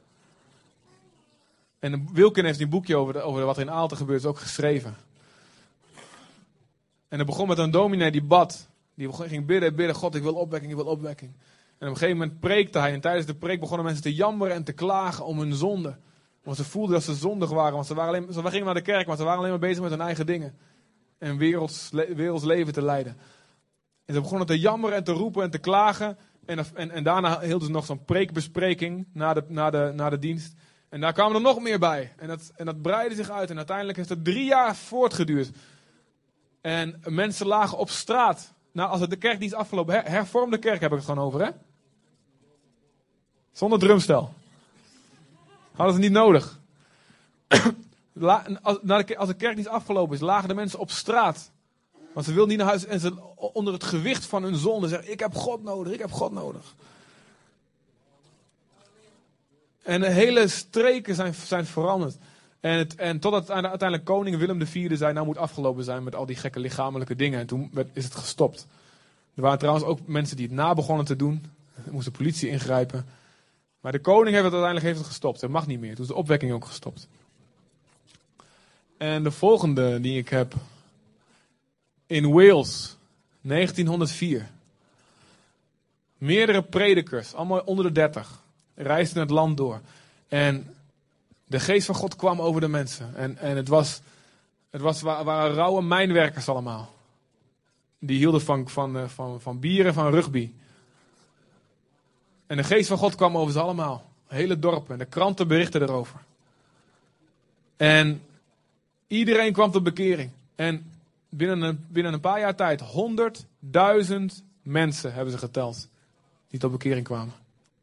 En Wilken heeft een boekje over, de, over wat er in Aalten gebeurt is ook geschreven. En het begon met een dominee die bad. Die ging bidden en bidden. God, ik wil opwekking, ik wil opwekking. En op een gegeven moment preekte hij. En tijdens de preek begonnen mensen te jammeren en te klagen om hun zonde. Want ze voelden dat ze zondig waren. Want ze, waren alleen, ze gingen naar de kerk, maar ze waren alleen maar bezig met hun eigen dingen. En werelds, werelds leven te leiden. En ze begonnen te jammeren en te roepen en te klagen. En, en, en daarna hielden ze nog zo'n preekbespreking na de, na, de, na de dienst. En daar kwamen er nog meer bij. En dat, en dat breidde zich uit. En uiteindelijk heeft het drie jaar voortgeduurd. En mensen lagen op straat. Nou, als het de kerkdienst afgelopen, her, hervormde kerk heb ik het gewoon over, hè? Zonder drumstel. Hadden ze niet nodig. als, als de kerkdienst afgelopen is, lagen de mensen op straat. Want ze wilden niet naar huis en ze onder het gewicht van hun zonde zeggen, ik heb God nodig, ik heb God nodig. En de hele streken zijn, zijn veranderd. En, het, en totdat uiteindelijk koning Willem de Vierde zei, nou moet afgelopen zijn met al die gekke lichamelijke dingen. En toen werd, is het gestopt. Er waren trouwens ook mensen die het na begonnen te doen. Er moest de politie ingrijpen. Maar de koning heeft het uiteindelijk heeft het gestopt. Het mag niet meer. Toen is de opwekking ook gestopt. En de volgende die ik heb. In Wales, negentienhonderdvier. Meerdere predikers, allemaal onder de dertig. Reisden het land door. En de geest van God kwam over de mensen. En, en het, was, het was, waren rauwe mijnwerkers allemaal. Die hielden van, van, van, van bier en van rugby. En de geest van God kwam over ze allemaal. Hele dorpen. En de kranten berichten erover. En iedereen kwam tot bekering. En binnen een, binnen een paar jaar tijd, honderdduizend mensen hebben ze geteld. Die tot bekering kwamen.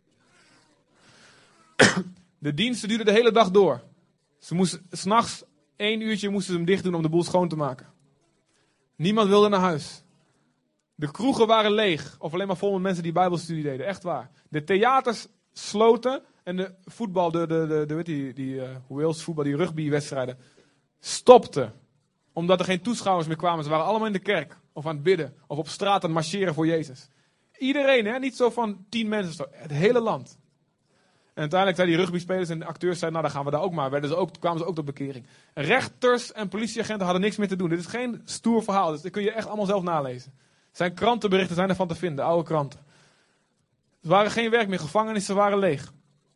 De diensten duurden de hele dag door. Ze moesten, 's nachts één uurtje moesten ze hem dicht doen om de boel schoon te maken. Niemand wilde naar huis. De kroegen waren leeg. Of alleen maar vol met mensen die bijbelstudie deden. Echt waar. De theaters sloten. En de voetbal, de, de, de, de, weet die, die uh, Wales voetbal, die rugbywedstrijden, stopten. Omdat er geen toeschouwers meer kwamen. Ze waren allemaal in de kerk. Of aan het bidden. Of op straat aan het marcheren voor Jezus. Iedereen, hè? Niet zo van tien mensen. Het hele land. En uiteindelijk zeiden die rugbyspelers en de acteurs zeiden, nou dan gaan we daar ook maar. Werden ze ook, kwamen ze ook tot bekering. Rechters en politieagenten hadden niks meer te doen. Dit is geen stoer verhaal. Dus dat kun je echt allemaal zelf nalezen. Zijn krantenberichten zijn ervan te vinden. Oude kranten. Er waren geen werk meer. Gevangenissen waren leeg.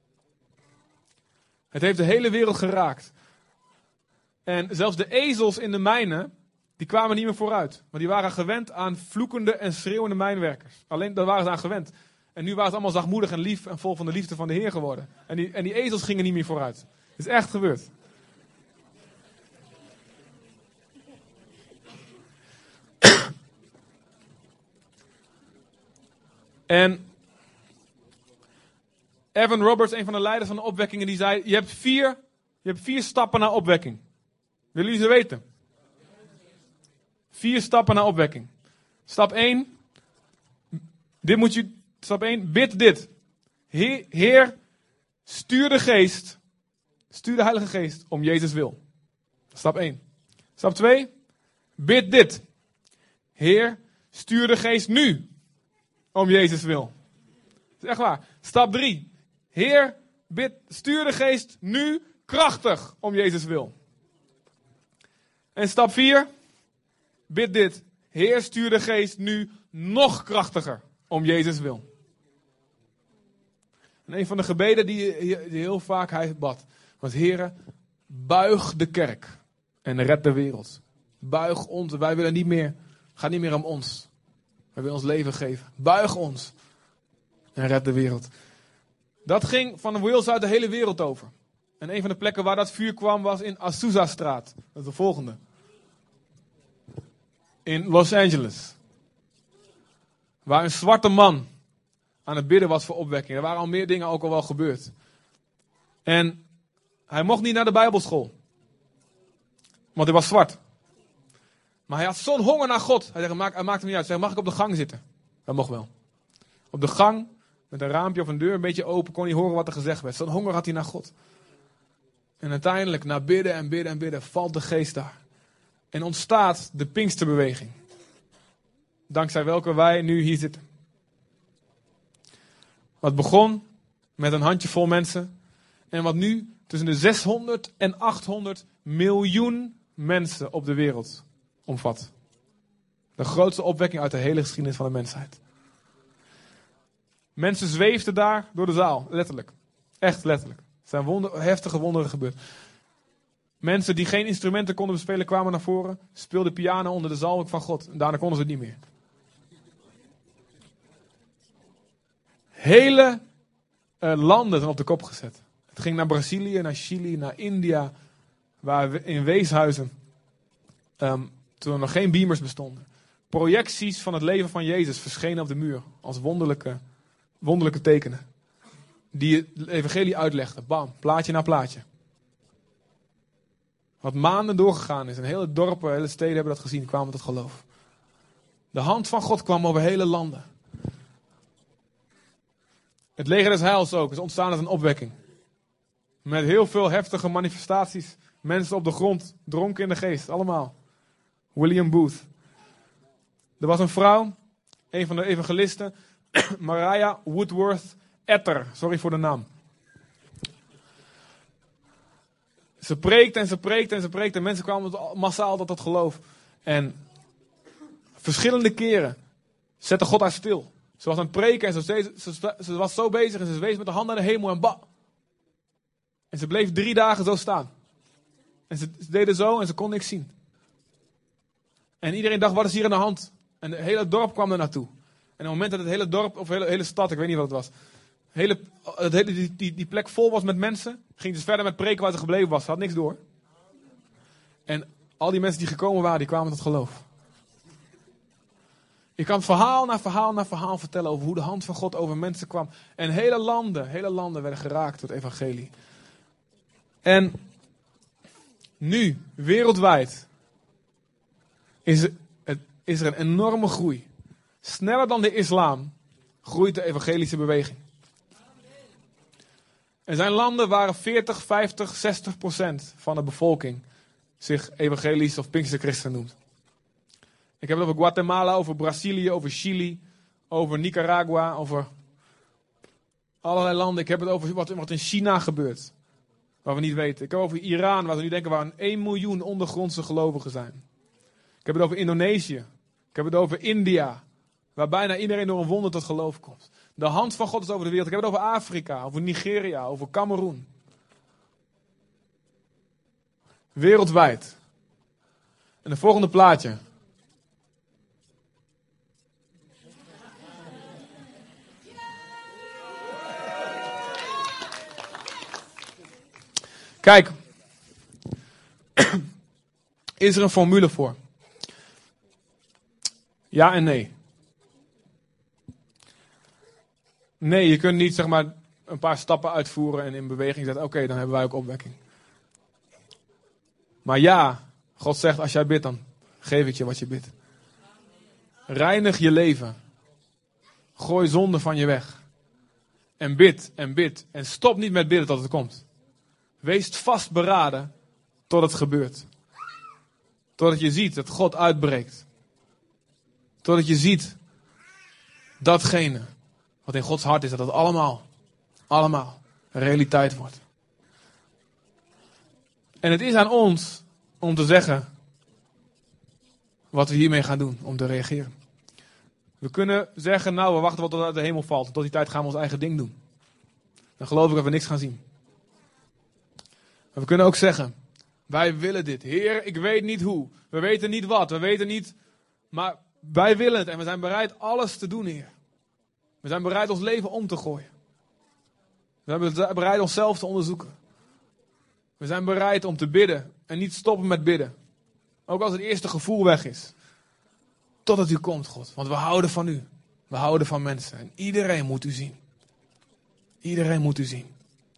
Het heeft de hele wereld geraakt. En zelfs de ezels in de mijnen, die kwamen niet meer vooruit. Want die waren gewend aan vloekende en schreeuwende mijnwerkers. Alleen daar waren ze aan gewend. En nu waren ze allemaal zachtmoedig en lief en vol van de liefde van de Heer geworden. En die, en die ezels gingen niet meer vooruit. Het is echt gebeurd. En Evan Roberts, een van de leiders van de opwekkingen, die zei, je hebt vier, je hebt vier stappen naar opwekking. Willen jullie ze weten? Vier stappen naar opwekking. Stap één. Dit moet je... Stap één, bid dit. Heer, Heer, stuur de geest, stuur de Heilige Geest om Jezus wil. Stap één. Stap twee, bid dit. Heer, stuur de geest nu om Jezus wil. Dat is echt waar. Stap drie, Heer, bid, stuur de geest nu krachtig om Jezus wil. En stap vier, bid dit. Heer, stuur de geest nu nog krachtiger om Jezus wil. En een van de gebeden die, die heel vaak hij bad, was: Heere, buig de kerk en red de wereld. Buig ons, wij willen niet meer, het gaat niet meer om ons. Wij willen ons leven geven. Buig ons en red de wereld. Dat ging van de Wales uit de hele wereld over. En een van de plekken waar dat vuur kwam was in Azusa-straat. Dat is de volgende. In Los Angeles. Waar een zwarte man aan het bidden was voor opwekking. Er waren al meer dingen ook al wel gebeurd. En hij mocht niet naar de bijbelschool. Want hij was zwart. Maar hij had zo'n honger naar God. Hij, zei, hij maakte hem niet uit. Hij zei: mag ik op de gang zitten? Dat mocht wel. Op de gang, met een raampje of een deur een beetje open, kon hij horen wat er gezegd werd. Zo'n honger had hij naar God. En uiteindelijk, na bidden en bidden en bidden, valt de geest daar. En ontstaat de Pinksterbeweging. Dankzij welke wij nu hier zitten. Wat begon met een handjevol mensen. En wat nu tussen de zeshonderd en achthonderd miljoen mensen op de wereld omvat. De grootste opwekking uit de hele geschiedenis van de mensheid. Mensen zweefden daar door de zaal, letterlijk. Echt letterlijk. Er zijn wonder, heftige wonderen gebeurd. Mensen die geen instrumenten konden bespelen kwamen naar voren, speelden piano onder de zalving van God. En daarna konden ze het niet meer. Hele uh, landen zijn op de kop gezet. Het ging naar Brazilië, naar Chili, naar India. Waar we in weeshuizen, um, toen er nog geen beamers bestonden, projecties van het leven van Jezus verschenen op de muur. Als wonderlijke, wonderlijke tekenen. Die het evangelie uitlegden. Bam, plaatje na plaatje. Wat maanden doorgegaan is. En hele dorpen, hele steden hebben dat gezien. Kwamen tot geloof. De hand van God kwam over hele landen. Het leger des heils ook is ontstaan als een opwekking. Met heel veel heftige manifestaties. Mensen op de grond, dronken in de geest, allemaal. William Booth. Er was een vrouw, een van de evangelisten, Mariah Woodworth Etter. Sorry voor de naam. Ze preekte en ze preekte en ze preekte. En mensen kwamen massaal tot dat geloof. En verschillende keren zette God haar stil. Ze was aan het preken en ze, ze, ze, ze was zo bezig en ze wees met de hand naar de hemel en ba. En ze bleef drie dagen zo staan. En ze, ze deden zo en ze kon niks zien. En iedereen dacht: wat is hier aan de hand? En het hele dorp kwam er naartoe. En op het moment dat het hele dorp, of de hele, hele stad, ik weet niet wat het was, hele, het hele, die, die, die plek vol was met mensen, ging ze verder met preken waar ze gebleven was. Ze had niks door. En al die mensen die gekomen waren, die kwamen tot geloof. Je kan verhaal na verhaal na verhaal vertellen over hoe de hand van God over mensen kwam. En hele landen, hele landen werden geraakt door het evangelie. En nu, wereldwijd, is er, het, is er een enorme groei. Sneller dan de islam groeit de evangelische beweging. Er zijn landen waar veertig, vijftig, zestig procent van de bevolking zich evangelisch of pinksterchristen noemt. Ik heb het over Guatemala, over Brazilië, over Chili, over Nicaragua, over allerlei landen. Ik heb het over wat, wat in China gebeurt, waar we niet weten. Ik heb het over Iran, waar we nu denken waar een één miljoen ondergrondse gelovigen zijn. Ik heb het over Indonesië. Ik heb het over India, waar bijna iedereen door een wonder tot geloof komt. De hand van God is over de wereld. Ik heb het over Afrika, over Nigeria, over Kameroen. Wereldwijd. En de volgende plaatje. Kijk. Is er een formule voor? Ja en nee. Nee, je kunt niet zeg maar een paar stappen uitvoeren en in beweging zetten. Oké, okay, dan hebben wij ook opwekking. Maar ja, God zegt: als jij bidt, dan geef ik je wat je bidt. Reinig je leven. Gooi zonde van je weg. En bid en bid. En stop niet met bidden tot het komt. Wees vastberaden tot het gebeurt. Totdat je ziet dat God uitbreekt. Totdat je ziet datgene wat in Gods hart is, dat het allemaal, allemaal realiteit wordt. En het is aan ons om te zeggen wat we hiermee gaan doen, om te reageren. We kunnen zeggen, nou we wachten wat er uit de hemel valt. Tot die tijd gaan we ons eigen ding doen. Dan geloof ik dat we niks gaan zien. Maar we kunnen ook zeggen, wij willen dit. Heer, ik weet niet hoe. We weten niet wat. We weten niet. Maar wij willen het. En we zijn bereid alles te doen, Heer. We zijn bereid ons leven om te gooien. We zijn bereid onszelf te onderzoeken. We zijn bereid om te bidden. En niet stoppen met bidden. Ook als het eerste gevoel weg is. Totdat u komt, God. Want we houden van u. We houden van mensen. En iedereen moet u zien. Iedereen moet u zien.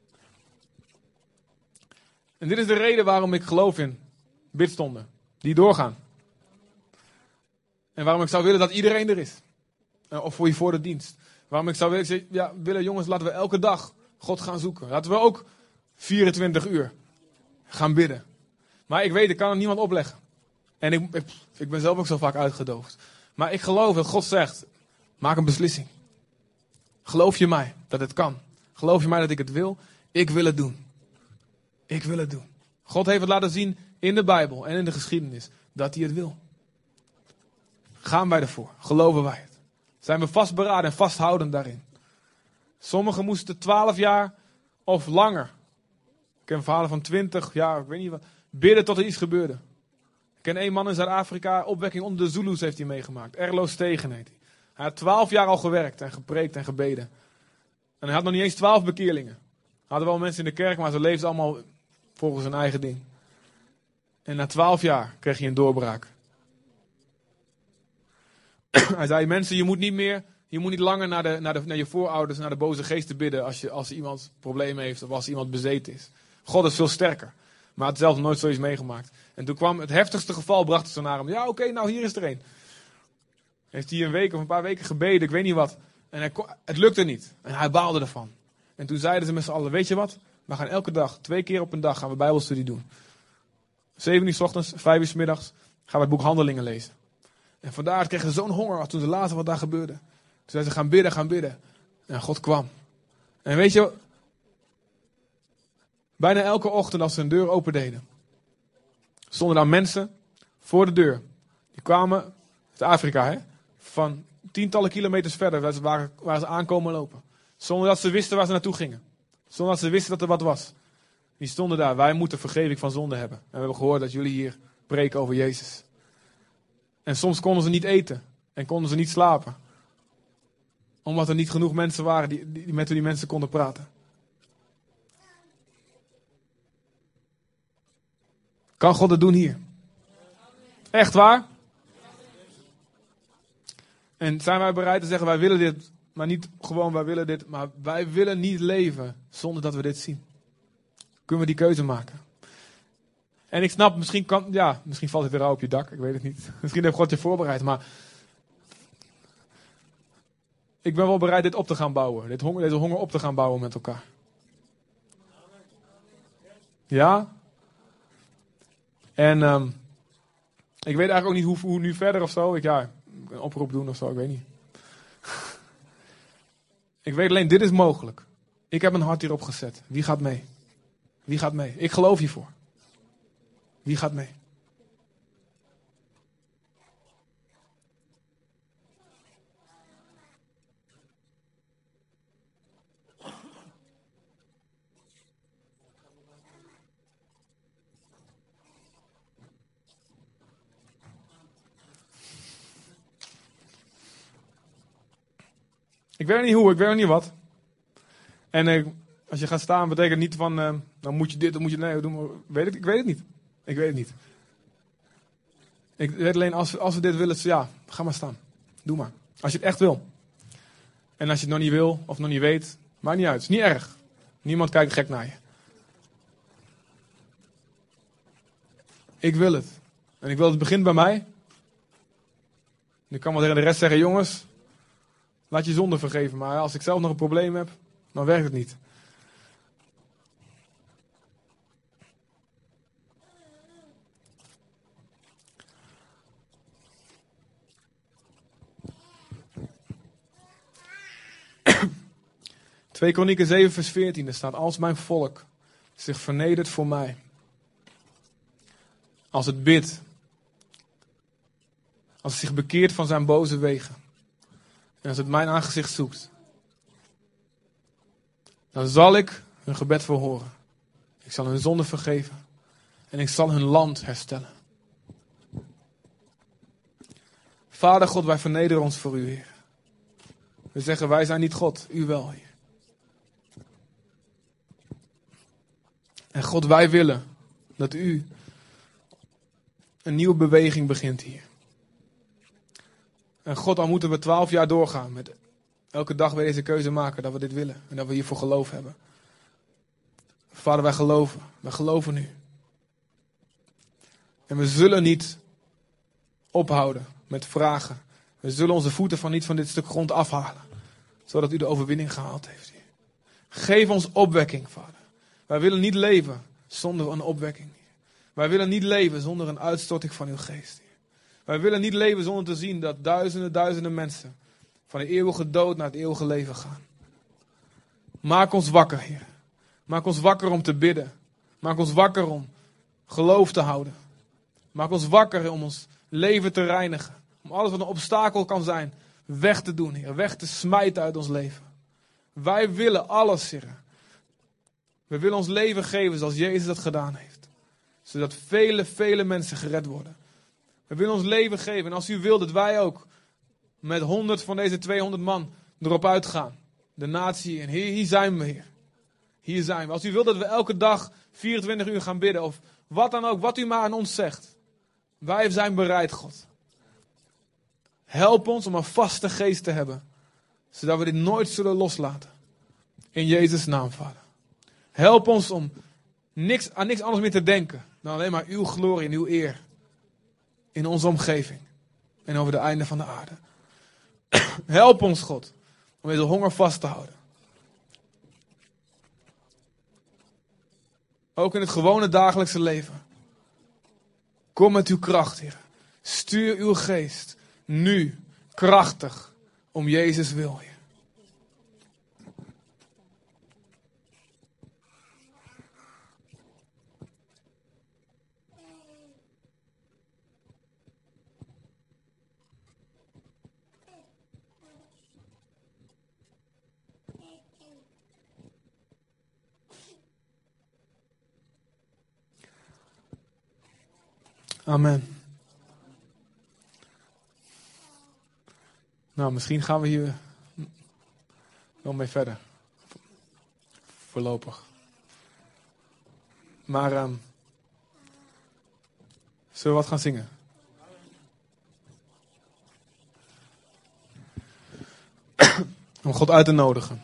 En dit is de reden waarom ik geloof in bidstonden. Die doorgaan. En waarom ik zou willen dat iedereen er is. Of voor je voor de dienst. Waarom ik zou willen, ja, willen, jongens, laten we elke dag God gaan zoeken. Laten we ook vierentwintig uur gaan bidden. Maar ik weet, ik kan het niemand opleggen. En ik, ik, ik ben zelf ook zo vaak uitgedoofd. Maar ik geloof dat God zegt, maak een beslissing. Geloof je mij dat het kan? Geloof je mij dat ik het wil? Ik wil het doen. Ik wil het doen. God heeft het laten zien in de Bijbel en in de geschiedenis dat hij het wil. Gaan wij ervoor? Geloven wij het? Zijn we vastberaden en vasthoudend daarin? Sommigen moesten twaalf jaar of langer. Ik ken verhalen van twintig jaar, ik weet niet wat. Bidden tot er iets gebeurde. Ik ken één man in Zuid-Afrika, opwekking onder de Zulus heeft hij meegemaakt. Erlo Stegen heet hij. Hij had twaalf jaar al gewerkt en gepreekt en gebeden. En hij had nog niet eens twaalf bekeerlingen. Hadden wel mensen in de kerk, maar ze leefden allemaal volgens hun eigen ding. En na twaalf jaar kreeg hij een doorbraak. Hij zei, mensen, je moet niet meer, je moet niet langer naar, de, naar, de, naar je voorouders, naar de boze geesten bidden als, je, als iemand problemen heeft of als iemand bezeten is. God is veel sterker. Maar had zelf nooit zoiets meegemaakt. En toen kwam het heftigste geval, brachten ze naar hem. Ja, oké, okay, nou hier is er een. Heeft hij een week of een paar weken gebeden, ik weet niet wat. En hij, het lukte niet. En hij baalde ervan. En toen zeiden ze met z'n allen, weet je wat? We gaan elke dag, twee keer op een dag, gaan we bijbelstudie doen. Zeven uur 's ochtends, vijf uur 's middags, gaan we het boek Handelingen lezen. En vandaar kregen ze zo'n honger toen ze lazen wat daar gebeurde. Toen zeiden ze, gaan bidden, gaan bidden. En God kwam. En weet je, bijna elke ochtend als ze een deur opendeden, stonden daar mensen voor de deur. Die kwamen uit Afrika, hè? Van tientallen kilometers verder waar ze, waren, waar ze aankomen lopen. Zonder dat ze wisten waar ze naartoe gingen. Zonder dat ze wisten dat er wat was. Die stonden daar, wij moeten vergeving van zonde hebben. En we hebben gehoord dat jullie hier preken over Jezus. En soms konden ze niet eten. En konden ze niet slapen. Omdat er niet genoeg mensen waren die, die met die mensen konden praten. Kan God het doen hier? Echt waar? En zijn wij bereid te zeggen, wij willen dit, maar niet gewoon wij willen dit, maar wij willen niet leven zonder dat we dit zien. Kunnen we die keuze maken? En ik snap, misschien kan, ja, misschien valt het weer op je dak, ik weet het niet. Misschien heeft God je voorbereid, maar ik ben wel bereid dit op te gaan bouwen. Dit honger, deze honger op te gaan bouwen met elkaar. Ja? En um, ik weet eigenlijk ook niet hoe, hoe nu verder of zo. Ik, ja, een oproep doen of zo, ik weet niet. Ik weet alleen, dit is mogelijk. Ik heb mijn hart hierop gezet. Wie gaat mee? Wie gaat mee? Ik geloof hiervoor. Wie gaat mee? Ik weet niet hoe, ik weet niet wat. En uh, als je gaat staan, betekent niet van, uh, dan moet je dit, dan moet je, nee, doe maar, weet ik, ik weet het niet. Ik weet het niet. Ik weet alleen, als, als we dit willen, ja, ga maar staan. Doe maar. Als je het echt wil. En als je het nog niet wil, of nog niet weet, maakt niet uit. Het is niet erg. Niemand kijkt gek naar je. Ik wil het. En ik wil het begint bij mij. En ik kan wel tegen de rest zeggen, jongens, laat je zonde vergeven. Maar als ik zelf nog een probleem heb, dan werkt het niet. twee Kronieken zeven vers veertien, daar staat, als mijn volk zich vernedert voor mij, als het bidt, als het zich bekeert van zijn boze wegen, En als het mijn aangezicht zoekt, dan zal ik hun gebed verhoren. Ik zal hun zonde vergeven. En ik zal hun land herstellen. Vader God, wij vernederen ons voor u, Heer. We zeggen, wij zijn niet God, u wel, Heer. En God, wij willen dat u een nieuwe beweging begint hier. En God, al moeten we twaalf jaar doorgaan met elke dag weer deze keuze maken dat we dit willen. En dat we hiervoor geloof hebben. Vader, wij geloven. Wij geloven nu. En we zullen niet ophouden met vragen. We zullen onze voeten van niet van dit stuk grond afhalen. Zodat u de overwinning gehaald heeft. Heer. Geef ons opwekking, Vader. Wij willen niet leven zonder een opwekking. Wij willen niet leven zonder een uitstorting van uw geest. Heer. Wij willen niet leven zonder te zien dat duizenden, duizenden mensen van de eeuwige dood naar het eeuwige leven gaan. Maak ons wakker, Heer. Maak ons wakker om te bidden. Maak ons wakker om geloof te houden. Maak ons wakker om ons leven te reinigen. Om alles wat een obstakel kan zijn, weg te doen, Heer. Weg te smijten uit ons leven. Wij willen alles, Heer. We willen ons leven geven zoals Jezus dat gedaan heeft. Zodat vele, vele mensen gered worden. We willen ons leven geven. En als u wilt dat wij ook met honderd van deze tweehonderd man erop uitgaan. De natie in. Hier, hier zijn we, Heer. Hier zijn we. Als u wilt dat we elke dag vierentwintig uur gaan bidden. Of wat dan ook, wat u maar aan ons zegt. Wij zijn bereid, God. Help ons om een vaste geest te hebben. Zodat we dit nooit zullen loslaten. In Jezus' naam, Vader. Help ons om niks, aan niks anders meer te denken. Dan alleen maar uw glorie en uw eer. In onze omgeving. En over de einden van de aarde. Help ons, God. Om deze honger vast te houden. Ook in het gewone dagelijkse leven. Kom met uw kracht, Heer. Stuur uw geest. Nu. Krachtig. Om Jezus wil, Heer. Amen. Nou, misschien gaan we hier wel mee verder. Voorlopig. Maar, um, zullen we wat gaan zingen? Om God uit te nodigen.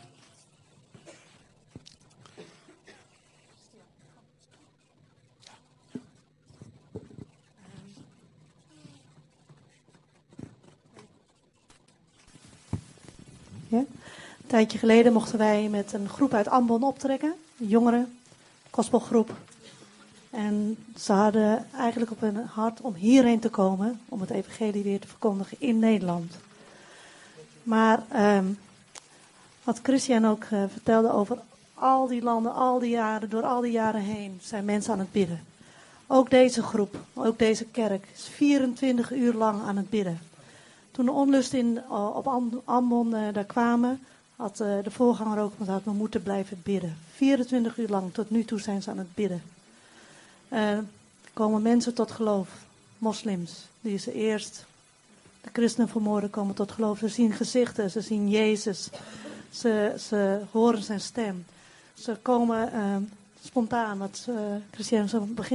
Ja. Een tijdje geleden mochten wij met een groep uit Ambon optrekken. Een jongeren, gospelgroep. En ze hadden eigenlijk op hun hart om hierheen te komen. Om het evangelie weer te verkondigen in Nederland. Maar um, wat Christian ook uh, vertelde over al die landen, al die jaren, door al die jaren heen zijn mensen aan het bidden. Ook deze groep, ook deze kerk is vierentwintig uur lang aan het bidden. Toen de onlust in, uh, op Ambon uh, daar kwamen, had uh, de voorganger ook gezegd, we moeten blijven bidden. vierentwintig uur lang, tot nu toe zijn ze aan het bidden. Uh, er komen mensen tot geloof, moslims, die ze eerst, de christenen vermoorden, komen tot geloof. Ze zien gezichten, ze zien Jezus, ze, ze horen zijn stem. Ze komen uh, spontaan, wat uh, Christian zo begint.